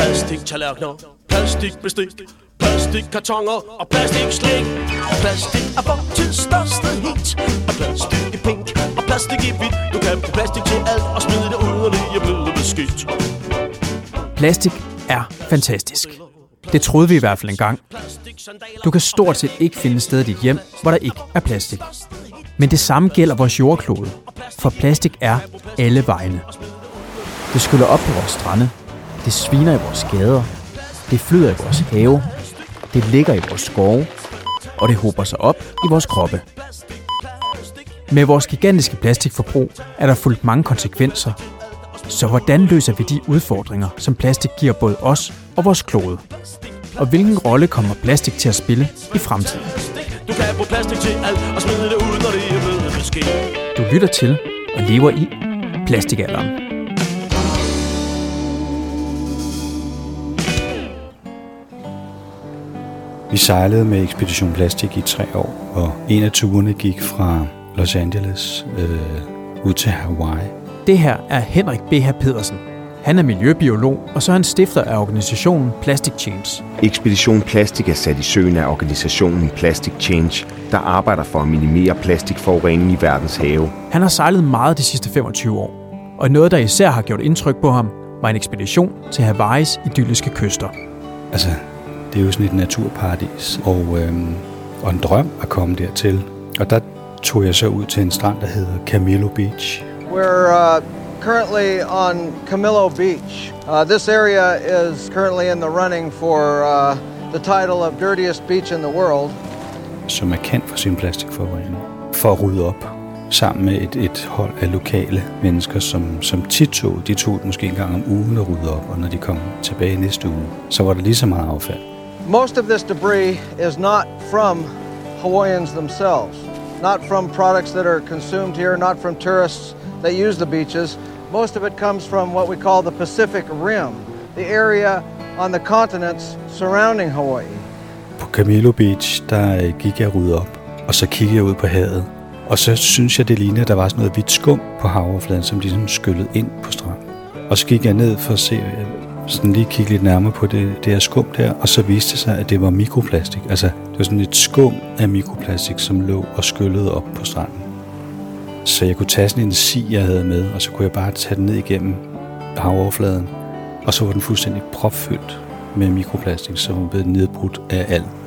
Plastiktallerkener, plastikbestik, plastikkartoner og plastikslik. Plastik er vor tids største hit. Og plastik i pink og plastik i hvidt. Du kan bruge plastik til alt og smide det ud, og det er blevet beskidt. Plastik er fantastisk. Det troede vi i hvert fald engang. Du kan stort set ikke finde et sted i dit hjem, hvor der ikke er plastik. Men det samme gælder vores jordklode, for plastik er alle vegne. Det skyller op på vores strande, det sviner i vores gader, det flyder i vores have, det ligger i vores skove, og det hober sig op i vores kroppe. Med vores gigantiske plastikforbrug er der fulgt mange konsekvenser. Så hvordan løser vi de udfordringer, som plastik giver både os og vores klode? Og hvilken rolle kommer plastik til at spille i fremtiden? Du kan bruge plastik til alt og smide det ud, når det er blevet beskidt. Du lytter til og lever i plastikalderen. Vi sejlede med Ekspedition Plastik i 3 år, og en af turene gik fra Los Angeles ud til Hawaii. Det her er Henrik B.H. Pedersen. Han er miljøbiolog, og så er han stifter af organisationen Plastic Change. Ekspedition Plastik er sat i søen af organisationen Plastic Change, der arbejder for at minimere plastikforurening i verdens have. Han har sejlet meget de sidste 25 år, og noget, der især har gjort indtryk på ham, var en ekspedition til Hawaiis idylliske kyster. Altså, det er jo sådan et naturparadis, og en drøm at komme dertil. Og der tog jeg så ud til en strand, der hedder Camilo Beach. We're currently on Camilo Beach. This area is currently in the running for the title of dirtiest beach in the world. Som er kendt for sin plastikforurening. For at rydde op sammen med et hold af lokale mennesker, som tit tog. De tog måske en gang om ugen at rydde op, og når de kom tilbage næste uge, så var der lige så meget affald. Most of this debris is not from Hawaiians themselves. Not from products that are consumed here, not from tourists that use the beaches. Most of it comes from what we call the Pacific Rim, the area on the continents surrounding Hawaii. På Camilo Beach, der gik jeg rydde op, og så kiggede jeg ud på havet. Og så synes jeg, det lignede, at der var sådan noget hvidt skum på havoverfladen, som de sådan skyllede ind på stranden. Og så gik jeg ned for at se, sådan lige kigge lidt nærmere på det her skum der, og så viste det sig, at det var mikroplastik. Altså, det var sådan et skum af mikroplastik, som lå og skyllede op på stranden. Så jeg kunne tage sådan en si, jeg havde med, og så kunne jeg bare tage den ned igennem havoverfladen. Og så var den fuldstændig propfyldt med mikroplastik, som var blevet nedbrudt af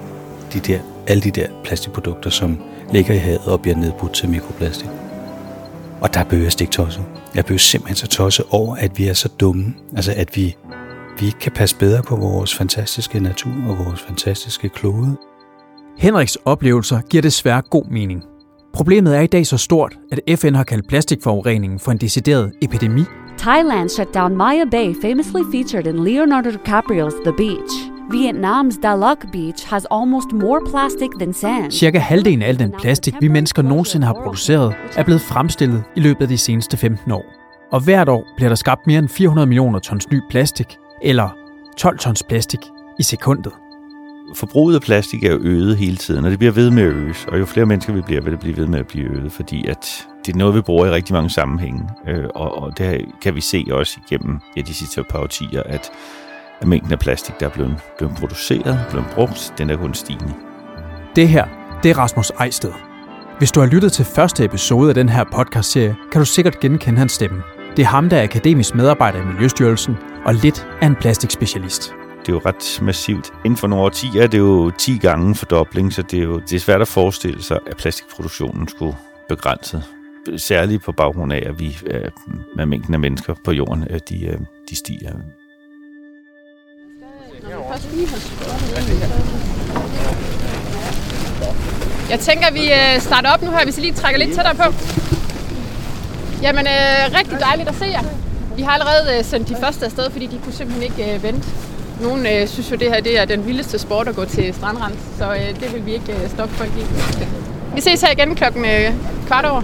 alle de der plastikprodukter, som ligger i havet og bliver nedbrudt til mikroplastik. Og der blev jeg stiktosset. Jeg blev simpelthen så tosset over, at vi er så dumme. Altså, at vi ikke kan passe bedre på vores fantastiske natur og vores fantastiske klode. Henriks oplevelser giver desværre god mening. Problemet er i dag så stort, at FN har kaldt plastikforureningen for en decideret epidemi. Thailand shut down Maya Bay, famously featured in Leonardo DiCaprio's The Beach. Vietnam's Da Loc Beach has almost more plastic than sand. Cirka halvdelen af al den plastik, vi mennesker nogensinde har produceret, er blevet fremstillet i løbet af de seneste 15 år. Og hvert år bliver der skabt mere end 400 millioner tons ny plastik, eller 12 tons plastik i sekundet. Forbruget af plastik er jo øget hele tiden, og det bliver ved med at øges. Og jo flere mennesker vi bliver, vil det blive ved med at blive øget, fordi at det er noget, vi bruger i rigtig mange sammenhænge. Og det kan vi se også igennem de sidste par årtier, at mængden af plastik, der er blevet produceret, blevet brugt, den er kun stigende. Det her, det er Rasmus Ejsted. Hvis du har lyttet til første episode af den her podcastserie, kan du sikkert genkende hans stemme. Det er ham, der er akademisk medarbejder i Miljøstyrelsen og lidt af en plastikspecialist. Det er jo ret massivt. Inden for nogle årtier er det jo 10 gange fordobling, så det er svært at forestille sig, at plastikproduktionen skulle begrænses. Særligt på baggrund af, at vi med mængden af mennesker på jorden, de stiger. Jeg tænker, at vi starter op nu her, hvis I lige trækker lidt tættere på. Jamen, rigtig dejligt at se jer. Vi har allerede sendt de første afsted, fordi de kunne simpelthen ikke vente. Nogle synes jo, det her det er den vildeste sport at gå til strandrand, så det vil vi ikke stoppe folk i. Vi ses her igen klokken 15:15.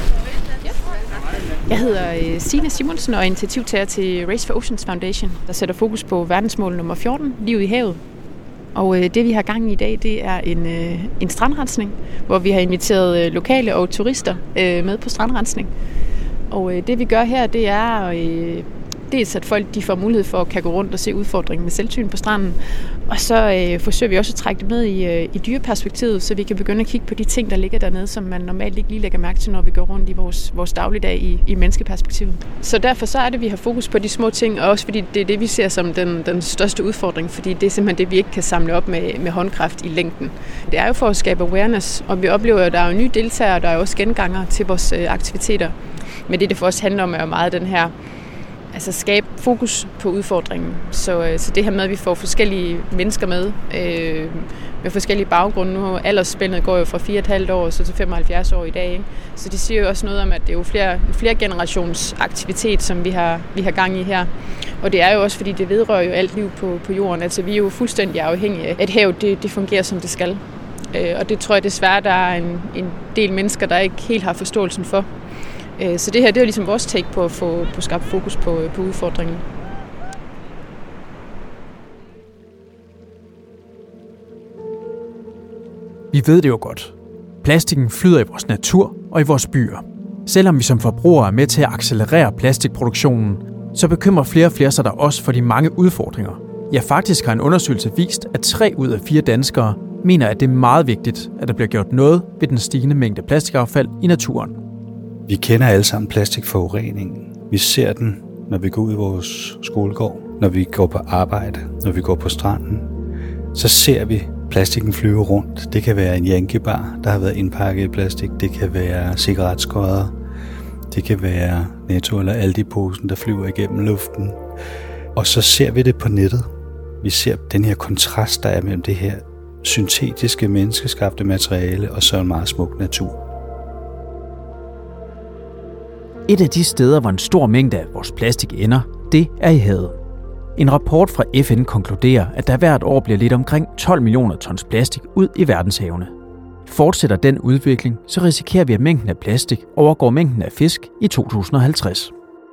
Jeg hedder Signe Simonsen og er initiativtager til Race for Oceans Foundation, der sætter fokus på verdensmål nummer 14, livet i havet. Og det vi har gang i dag, det er en strandrensning, hvor vi har inviteret lokale og turister med på strandrensning. Og det vi gør her, det er dels at folk de får mulighed for at kan gå rundt og se udfordringen med selvsyn på stranden, og så forsøger vi også at trække det med i dyreperspektivet, så vi kan begynde at kigge på de ting, der ligger dernede, som man normalt ikke lige lægger mærke til, når vi går rundt i vores dagligdag i menneskeperspektivet. Så derfor så er det, vi har fokus på de små ting, og også fordi det er det, vi ser som den største udfordring, fordi det er simpelthen det, vi ikke kan samle op med håndkraft i længden. Det er jo for at skabe awareness, og vi oplever, at der er jo nye deltagere, der er også gengangere til vores aktiviteter. Men det for os handler om, er jo meget den her, altså skabe fokus på udfordringen. Så det her med, at vi får forskellige mennesker med forskellige baggrunde. Nu aldersspændet går jo fra 4,5 år så til 75 år i dag. Ikke? Så det siger jo også noget om, at det er jo flere generations aktivitet, som vi har gang i her. Og det er jo også, fordi det vedrører jo alt liv på jorden. Altså vi er jo fuldstændig afhængige af, at havet det fungerer, som det skal. Og det tror jeg desværre, der er en del mennesker, der ikke helt har forståelsen for. Så det her, det er jo ligesom vores take på at få skabt fokus på udfordringen. Vi ved det jo godt. Plastikken flyder i vores natur og i vores byer. Selvom vi som forbrugere er med til at accelerere plastikproduktionen, så bekymrer flere og flere sig der også for de mange udfordringer. Ja, faktisk har en undersøgelse vist, at 3 ud af 4 danskere mener, at det er meget vigtigt, at der bliver gjort noget ved den stigende mængde plastikaffald i naturen. Vi kender alle sammen plastikforureningen. Vi ser den, når vi går ud i vores skolegård, når vi går på arbejde, når vi går på stranden. Så ser vi plastikken flyve rundt. Det kan være en Yankee-bar, der har været indpakket i plastik. Det kan være cigaretskodder. Det kan være Netto eller Aldi-posen, der flyver igennem luften. Og så ser vi det på nettet. Vi ser den her kontrast, der er mellem det her syntetiske, menneskeskabte materiale og så en meget smuk natur. Et af de steder, hvor en stor mængde af vores plastik ender, det er i havet. En rapport fra FN konkluderer, at der hvert år bliver lidt omkring 12 millioner tons plastik ud i verdenshavene. Fortsætter den udvikling, så risikerer vi, at mængden af plastik overgår mængden af fisk i 2050.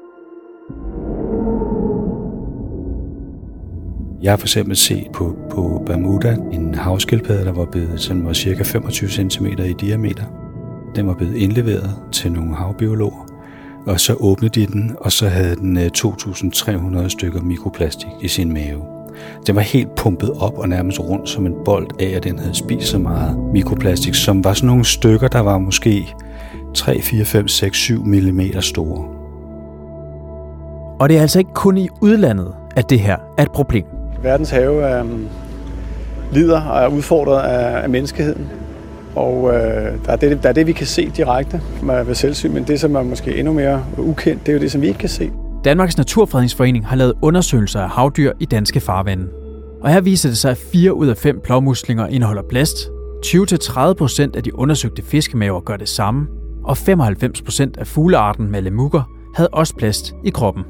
Jeg har for eksempel set på Bermuda en havskildpadde, der var cirka 25 cm i diameter. Den var blevet indleveret til nogle havbiologer, og så åbnede de den, og så havde den 2.300 stykker mikroplastik i sin mave. Den var helt pumpet op og nærmest rundt som en bold af, at den havde spist så meget mikroplastik, som var sådan nogle stykker, der var måske 3, 4, 5, 6, 7 mm store. Og det er altså ikke kun i udlandet, at det her er et problem. Verdens have lider og er udfordret af menneskeheden. Og der er det, vi kan se direkte ved selvsyn, men det, som er måske endnu mere ukendt, det er jo det, som vi ikke kan se. Danmarks Naturfredningsforening har lavet undersøgelser af havdyr i danske farvande. Og her viser det sig, at 4 ud af 5 plovmuslinger indeholder plast, 20-30% af de undersøgte fiskemaver gør det samme, og 95% af fuglearten med lemukker havde også plast i kroppen.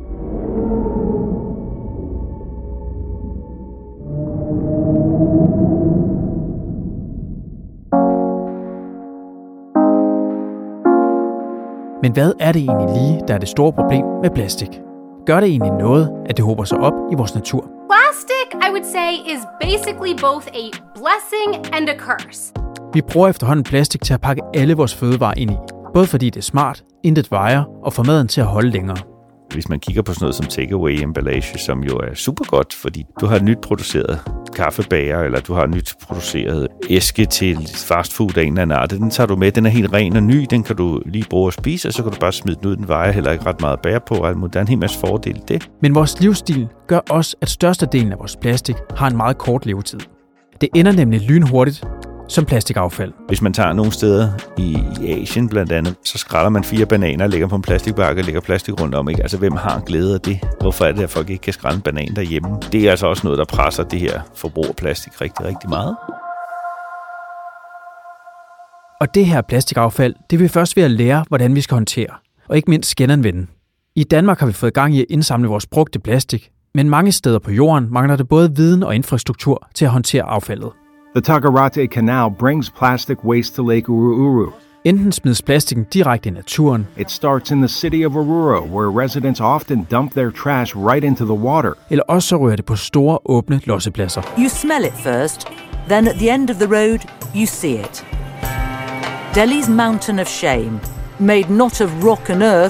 Men hvad er det egentlig lige, der er det store problem med plastik? Gør det egentlig noget, at det hober sig op i vores natur? Plastic, I would say, is basically both a blessing and a curse. Vi bruger efterhånden plastik til at pakke alle vores fødevarer ind i. Både fordi det er smart, intet vejer og får maden til at holde længere. Hvis man kigger på sådan noget som takeaway-emballage, som jo er super godt, fordi du har nyt produceret kaffebager, eller du har nyt produceret æske til fastfood af en eller anden art. Den tager du med, den er helt ren og ny, den kan du lige bruge og spise, og så kan du bare smide den ud, den vejer heller ikke ret meget at bære på, og der er en hel masse fordele det. Men vores livsstil gør også, at størstedelen af vores plastik har en meget kort levetid. Det ender nemlig lynhurtigt som plastikaffald. Hvis man tager nogle steder i Asien blandt andet, så skræller man 4 bananer, lægger på en plastikbakke og lægger plastik rundt om. Ikke? Altså, hvem har glæde af det? Hvorfor er det, at folk ikke kan skrælle en banan derhjemme? Det er altså også noget, der presser det her forbrug af plastik rigtig, rigtig meget. Og det her plastikaffald, det er vi først ved at lære, hvordan vi skal håndtere, og ikke mindst genanvende. I Danmark har vi fået gang i at indsamle vores brugte plastik, men mange steder på jorden mangler det både viden og infrastruktur til at håndtere affaldet. The Tagarate Canal brings plastic waste to Lake Ururu. Enten smides plastikken direkte i naturen. It starts in the city of Oruro, where residents often dump their trash right into the water. Eller også så rører det på store, åbne lossepladser. You smell it first, then at the end of the road, you see it. Delhi's mountain of shame, made not of rock and earth,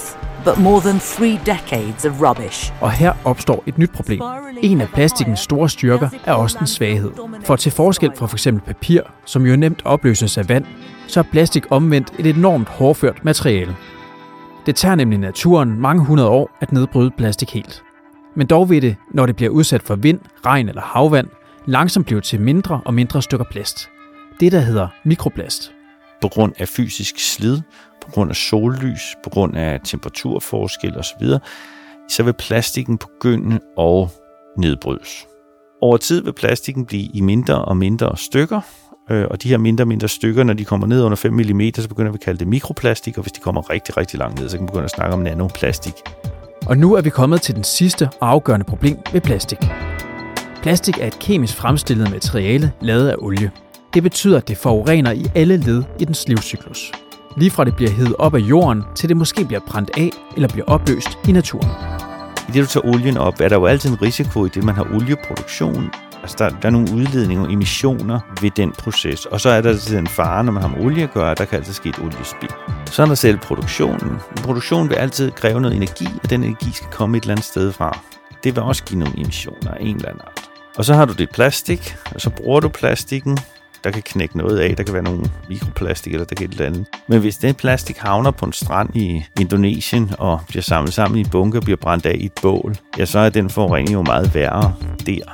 but more than 3 decades of rubbish. Og her opstår et nyt problem. En af plastikkens store styrker er også den svaghed. For til forskel fra f.eks. papir, som jo nemt opløses af vand, så er plastik omvendt et enormt hårdført materiale. Det tager nemlig naturen mange hundrede år at nedbryde plastik helt. Men dog vil det, når det bliver udsat for vind, regn eller havvand, langsomt blive til mindre og mindre stykker plast. Det, der hedder mikroplast. På grund af fysisk slid, på grund af sollys, på grund af temperaturforskel osv., så vil plastikken begynde at nedbrydes. Over tid vil plastikken blive i mindre og mindre stykker, og de her mindre og mindre stykker, når de kommer ned under 5 mm, så begynder vi at kalde det mikroplastik, og hvis de kommer rigtig, rigtig langt ned, så kan vi begynde at snakke om nanoplastik. Og nu er vi kommet til den sidste og afgørende problem ved plastik. Plastik er et kemisk fremstillet materiale lavet af olie. Det betyder, at det forurener i alle led i dens livscyklus. Lige fra det bliver hevet op af jorden, til det måske bliver brændt af eller bliver opløst i naturen. I det, du tager olien op, er der jo altid en risiko i det, man har olieproduktion. Altså, der er nogle udledninger og emissioner ved den proces. Og så er der den fare, når man har med olie at gøre, at der kan altid ske et oliespild. Så er der selv produktionen. Produktionen vil altid kræve noget energi, og den energi skal komme et eller andet sted fra. Det vil også give nogle emissioner af en eller anden art. Og så har du det plastik, og så bruger du plastikken. Der kan knække noget af, der kan være nogle mikroplastik eller der kan et eller andet. Men hvis den plastik havner på en strand i Indonesien og bliver samlet sammen i en bunke og bliver brændt af i et bål, ja, så er den forurening jo meget værre der. Jeg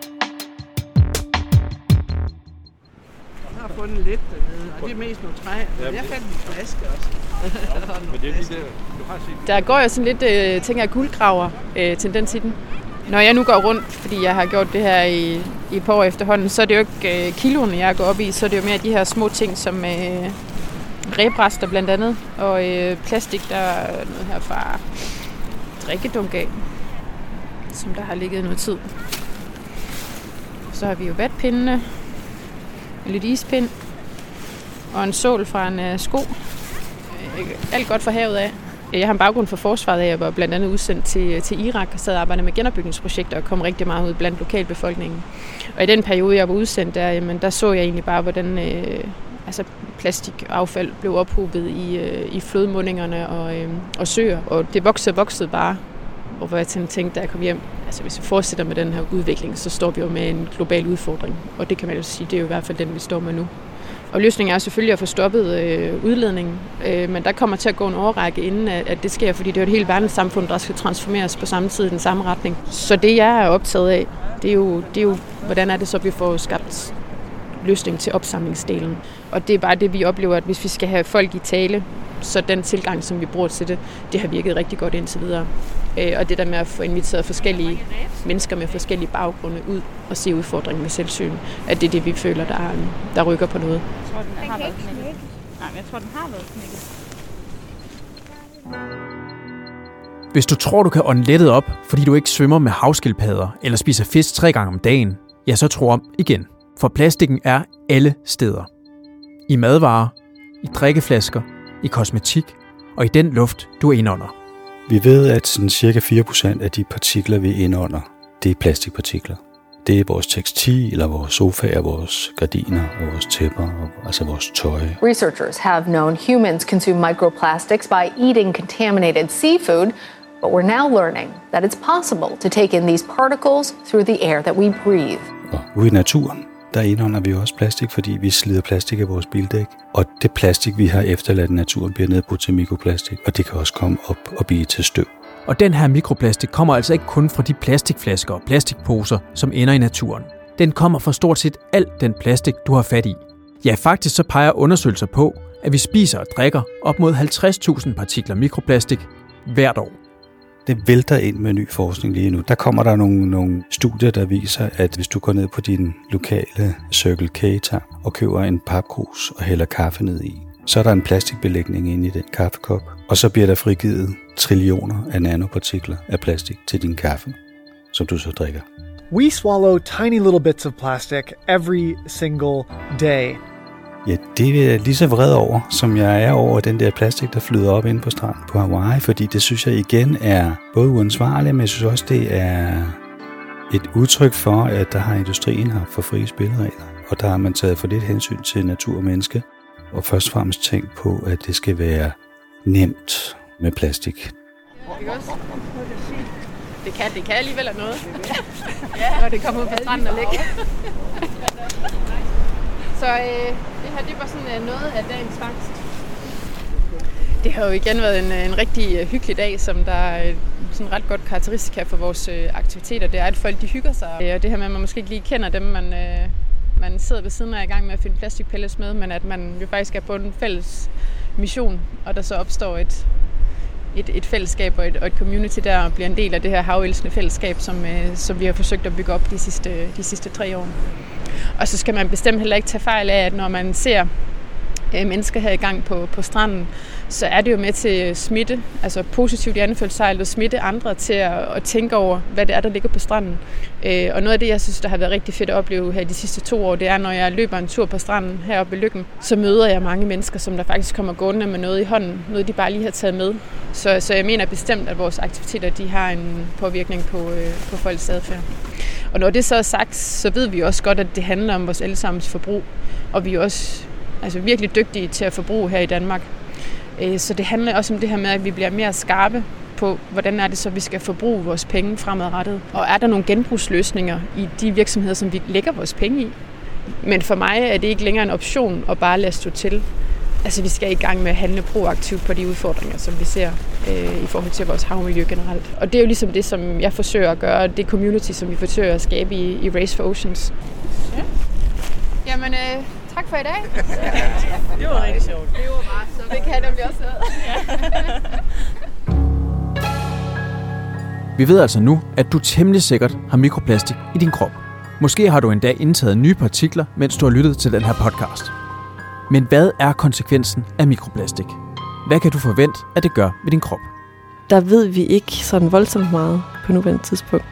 har fundet lidt dernede, og det er mest nogle træer. Jeg fandt en flaske også. Men det er lige der, du har set. Der går jo sådan lidt, tænker jeg, guldgraver tendens i den. Når jeg nu går rundt, fordi jeg har gjort det her i et par år efterhånden, så er det jo ikke kiloene, jeg går op i, så er det jo mere de her små ting som rebrester blandt andet, og plastik, der er noget her fra drikkedunk af, som der har ligget noget tid. Så har vi jo vatpindene, en lidt ispind, og en sål fra en sko. Alt godt fra havet af. Jeg har en baggrund for forsvaret af, jeg var blandt andet udsendt til Irak og sad og arbejdede med genopbygningsprojekter og kom rigtig meget ud blandt lokalbefolkningen. Og i den periode, jeg var udsendt der så jeg egentlig bare, hvordan plastikaffald blev ophobet i flodmundingerne og søer, og det voksede bare. Og hvor jeg tænkte, da jeg kom hjem, altså hvis vi fortsætter med den her udvikling, så står vi jo med en global udfordring. Og det kan man jo sige, det er jo i hvert fald den, vi står med nu. Og løsningen er selvfølgelig at få stoppet udledningen, men der kommer til at gå en årrække inden, at det sker, fordi det er jo et helt verdenssamfund, der skal transformeres på samme tid i den samme retning. Så det, jeg er optaget af, det er jo hvordan er det så, vi får skabt løsning til opsamlingsdelen. Og det er bare det, vi oplever, at hvis vi skal have folk i tale, så den tilgang, som vi bruger til det har virket rigtig godt indtil videre. Og det der med at få inviteret forskellige mennesker med forskellige baggrunde ud og se udfordringen med selvsyn, at det er det, vi føler, der rykker på noget. Jeg tror, den har været knækket. Nej, men jeg tror, den har været knækket. Hvis du tror, du kan ånde lettet op, fordi du ikke svømmer med havskildpadder eller spiser fisk 3 gange om dagen, ja, så tro om igen. For plastikken er alle steder. I madvarer, i drikkeflasker, i kosmetik og i den luft, du er indånder. Vi ved, at sådan cirka 4% af de partikler, vi indånder, det er plastikpartikler. Det er vores tekstiler, vores sofaer, vores gardiner, vores tæpper, altså vores tøj. Researchers have known humans consume microplastics by eating contaminated seafood, but we're now learning that it's possible to take in these particles through the air that we breathe. Og ude i naturen, der indånder vi også plastik, fordi vi slider plastik af vores bildæk. Og det plastik, vi har efterladt i naturen, bliver nedbrudt til mikroplastik, og det kan også komme op og blive til støv. Og den her mikroplastik kommer altså ikke kun fra de plastikflasker og plastikposer, som ender i naturen. Den kommer fra stort set alt den plastik, du har fat i. Ja, faktisk så peger undersøgelser på, at vi spiser og drikker op mod 50.000 partikler mikroplastik hvert år. Det vælter ind med ny forskning lige nu. Der kommer der nogle studier, der viser, at hvis du går ned på din lokale Circle K-tank og køber en papkrus og hælder kaffe ned i, så er der en plastikbelægning inde i den kaffekop, og så bliver der frigivet trillioner af nanopartikler af plastik til din kaffe, som du så drikker. We swallow tiny little bits of plastic every single day. Ja, det er jeg lige så vred over, som jeg er over den der plastik, der flyder op inde på stranden på Hawaii, fordi det synes jeg igen er både uansvarligt, men jeg synes også, det er et udtryk for, at der har industrien haft for frie spilleregler, og der har man taget for lidt hensyn til natur og menneske, og først og fremmest tænkt på, at det skal være nemt med plastik. Ikke også? Det kan alligevel være noget. Når det kommer ud på stranden og ligge. Så det her, det var sådan noget af dagens fangst. Det har jo igen været en rigtig hyggelig dag, som der er sådan ret godt karakteristika for vores aktiviteter. Det er, at folk de hygger sig. Og det her med, at man måske ikke lige kender dem, man sidder ved siden af i gang med at finde plastikpellets med, men at man jo faktisk er på en fælles mission, og der så opstår et fællesskab og et community der, og bliver en del af det her havelskende fællesskab, som vi har forsøgt at bygge op de sidste 3 år. Og så skal man bestemt heller ikke tage fejl af, at når man ser mennesker her i gang på stranden, så er det jo med til at smitte, altså positivt i anførselstegn, at smitte andre til at tænke over, hvad det er, der ligger på stranden. Og noget af det, jeg synes, der har været rigtig fedt at opleve her de sidste 2 år, det er, når jeg løber en tur på stranden heroppe i Løkken, så møder jeg mange mennesker, som der faktisk kommer gående med noget i hånden, noget de bare lige har taget med. Så jeg mener bestemt, at vores aktiviteter, de har en påvirkning på folks adfærd. Og når det så er sagt, så ved vi også godt, at det handler om vores allesammens forbrug, og vi er også virkelig dygtige til at forbruge her i Danmark. Så det handler også om det her med, at vi bliver mere skarpe på, hvordan er det så, vi skal forbruge vores penge fremadrettet. Og er der nogle genbrugsløsninger i de virksomheder, som vi lægger vores penge i? Men for mig er det ikke længere en option at bare lade stå til. Altså, vi skal i gang med at handle proaktivt på de udfordringer, som vi ser i forhold til vores havmiljø generelt. Og det er jo ligesom det, som jeg forsøger at gøre, det community, som vi forsøger at skabe i Race for Oceans. Ja. Jamen, tak for i dag. Det var rigtig sjovt. Det var bare så. Det kan nemlig også noget. Vi ved altså nu, at du temmelig sikkert har mikroplastik i din krop. Måske har du endda indtaget nye partikler, mens du har lyttet til den her podcast. Men hvad er konsekvensen af mikroplastik? Hvad kan du forvente, at det gør ved din krop? Der ved vi ikke sådan voldsomt meget på nuværende tidspunkt.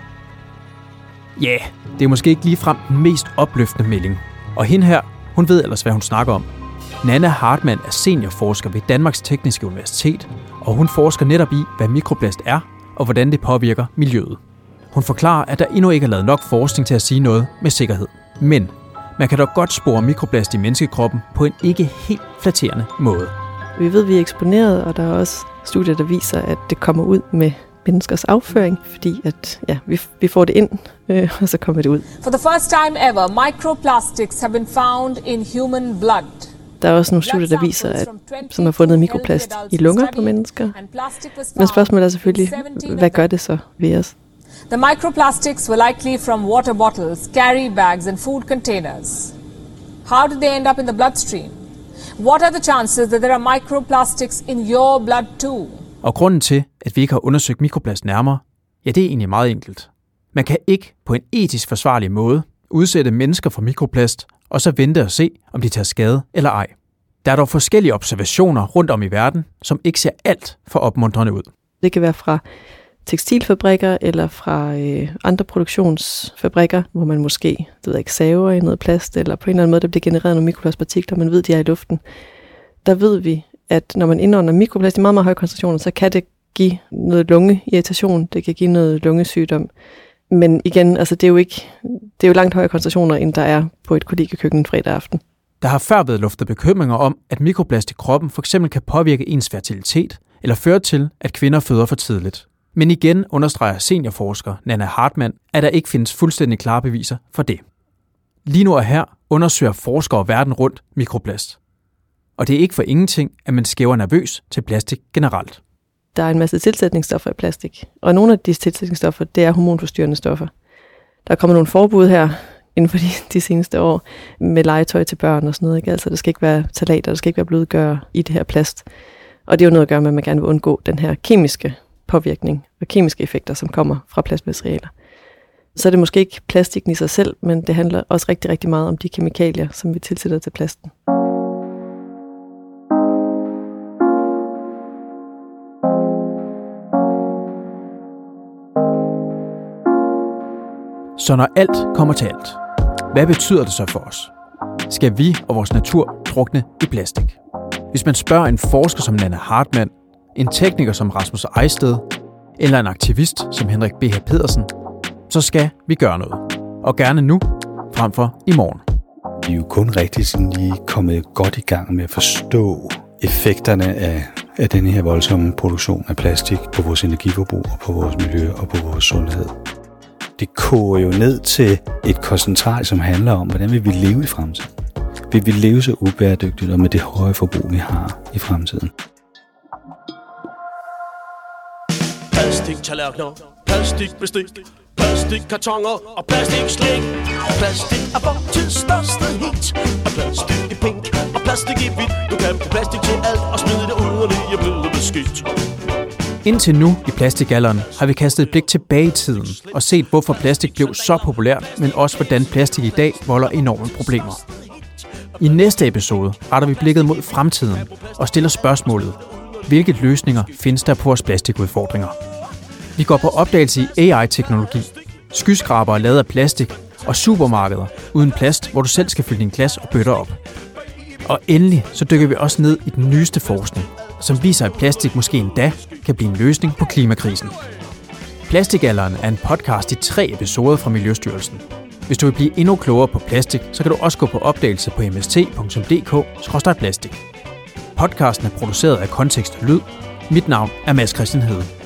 Ja, det er måske ikke ligefrem den mest opløftende melding. Og hende her, hun ved ellers, hvad hun snakker om. Nanna Hartmann er seniorforsker ved Danmarks Tekniske Universitet, og hun forsker netop i, hvad mikroplast er, og hvordan det påvirker miljøet. Hun forklarer, at der endnu ikke er lavet nok forskning til at sige noget med sikkerhed. Men man kan dog godt spore mikroplast i menneskekroppen på en ikke helt flatterende måde. Vi ved, at vi er eksponeret, og der er også studier, der viser, at det kommer ud med menneskers afføring, fordi at, vi får det ind, og så kommer det ud. For the first time ever, microplastics have been found in human blood. Der er også nogle studier, der viser, som har fundet mikroplast i lunger på mennesker. Men spørgsmålet er selvfølgelig, hvad gør det så ved os? The microplastics were likely from water bottles, carry bags and food containers. How did they end up in the bloodstream? What are the chances that there are microplastics in your blood too? Og grunden til, at vi ikke har undersøgt mikroplast nærmere, ja, det er egentlig meget enkelt. Man kan ikke på en etisk forsvarlig måde udsætte mennesker for mikroplast, og så vente og se, om de tager skade eller ej. Der er dog forskellige observationer rundt om i verden, som ikke ser alt for opmuntrende ud. Det kan være fra tekstilfabrikker eller fra andre produktionsfabrikker, hvor man måske saver i noget plast, eller på en eller anden måde, der bliver genereret nogle mikroplastpartikler, man ved, de er i luften. Der ved vi, at når man indånder mikroplast i meget, meget høje koncentrationer, så kan det give noget lungeirritation, det kan give noget lungesygdom. Men igen, altså det er jo langt højere koncentrationer, end der er på et kollegiekøkken fredag aften. Der har før været luftet bekymringer om, at mikroplast i kroppen f.eks. kan påvirke ens fertilitet, eller føre til, at kvinder føder for tidligt. Men igen understreger seniorforsker Nanna Hartmann, at der ikke findes fuldstændig klare beviser for det. Lige nu og her undersøger forskere verden rundt mikroplast. Og det er ikke for ingenting, at man skæver nervøs til plastik generelt. Der er en masse tilsætningsstoffer i plastik, og nogle af disse tilsætningsstoffer, det er hormonforstyrrende stoffer. Der er kommet nogle forbud her inden for de seneste år med legetøj til børn og sådan noget. Ikke? Altså, der skal ikke være ftalater, der skal ikke være blødgører i det her plast. Og det er jo noget at gøre med, at man gerne vil undgå den her kemiske påvirkning og kemiske effekter, som kommer fra plastmaterialer. Så er det måske ikke plastikken i sig selv, men det handler også rigtig, rigtig meget om de kemikalier, som vi tilsætter til plasten. Så når alt kommer til alt, hvad betyder det så for os? Skal vi og vores natur drukne i plastik? Hvis man spørger en forsker som Nanna Hartmann, en tekniker som Rasmus Ejsted, eller en aktivist som Henrik B. Pedersen, så skal vi gøre noget. Og gerne nu, frem for i morgen. Vi er jo kun rigtig sådan lige kommet godt i gang med at forstå effekterne af af den her voldsomme produktion af plastik på vores energiforbrug og på vores miljø og på vores sundhed. Det koger jo ned til et koncentrat, som handler om, hvordan vil vi leve i fremtiden. Vil vi leve så ubæredygtigt og med det høje forbrug, vi har i fremtiden? Plastiktallerkener, plastikbestik, plastikkartoner og plastikslik. Plastik er vor tids største hit. Og plastik i pink og plastik i hvidt. Du kan bruge plastik til alt og smide det ud, og det er blevet beskidt. Indtil nu i plastikalderen har vi kastet et blik tilbage i tiden og set, hvorfor plastik blev så populært, men også hvordan plastik i dag volder enorme problemer. I næste episode retter vi blikket mod fremtiden og stiller spørgsmålet: hvilke løsninger findes der på vores plastikudfordringer? Vi går på opdagelse i AI-teknologi, skyskrabere lavet af plastik og supermarkeder uden plast, hvor du selv skal fylde din glas og bøtter op. Og endelig så dykker vi også ned i den nyeste forskning, som viser, at plastik måske endda kan blive en løsning på klimakrisen. Plastikalderen er en podcast i 3 episoder fra Miljøstyrelsen. Hvis du vil blive endnu klogere på plastik, så kan du også gå på opdagelse på mst.dk/plastik. Podcasten er produceret af Kontekst og Lyd. Mit navn er Mads Christian Hede.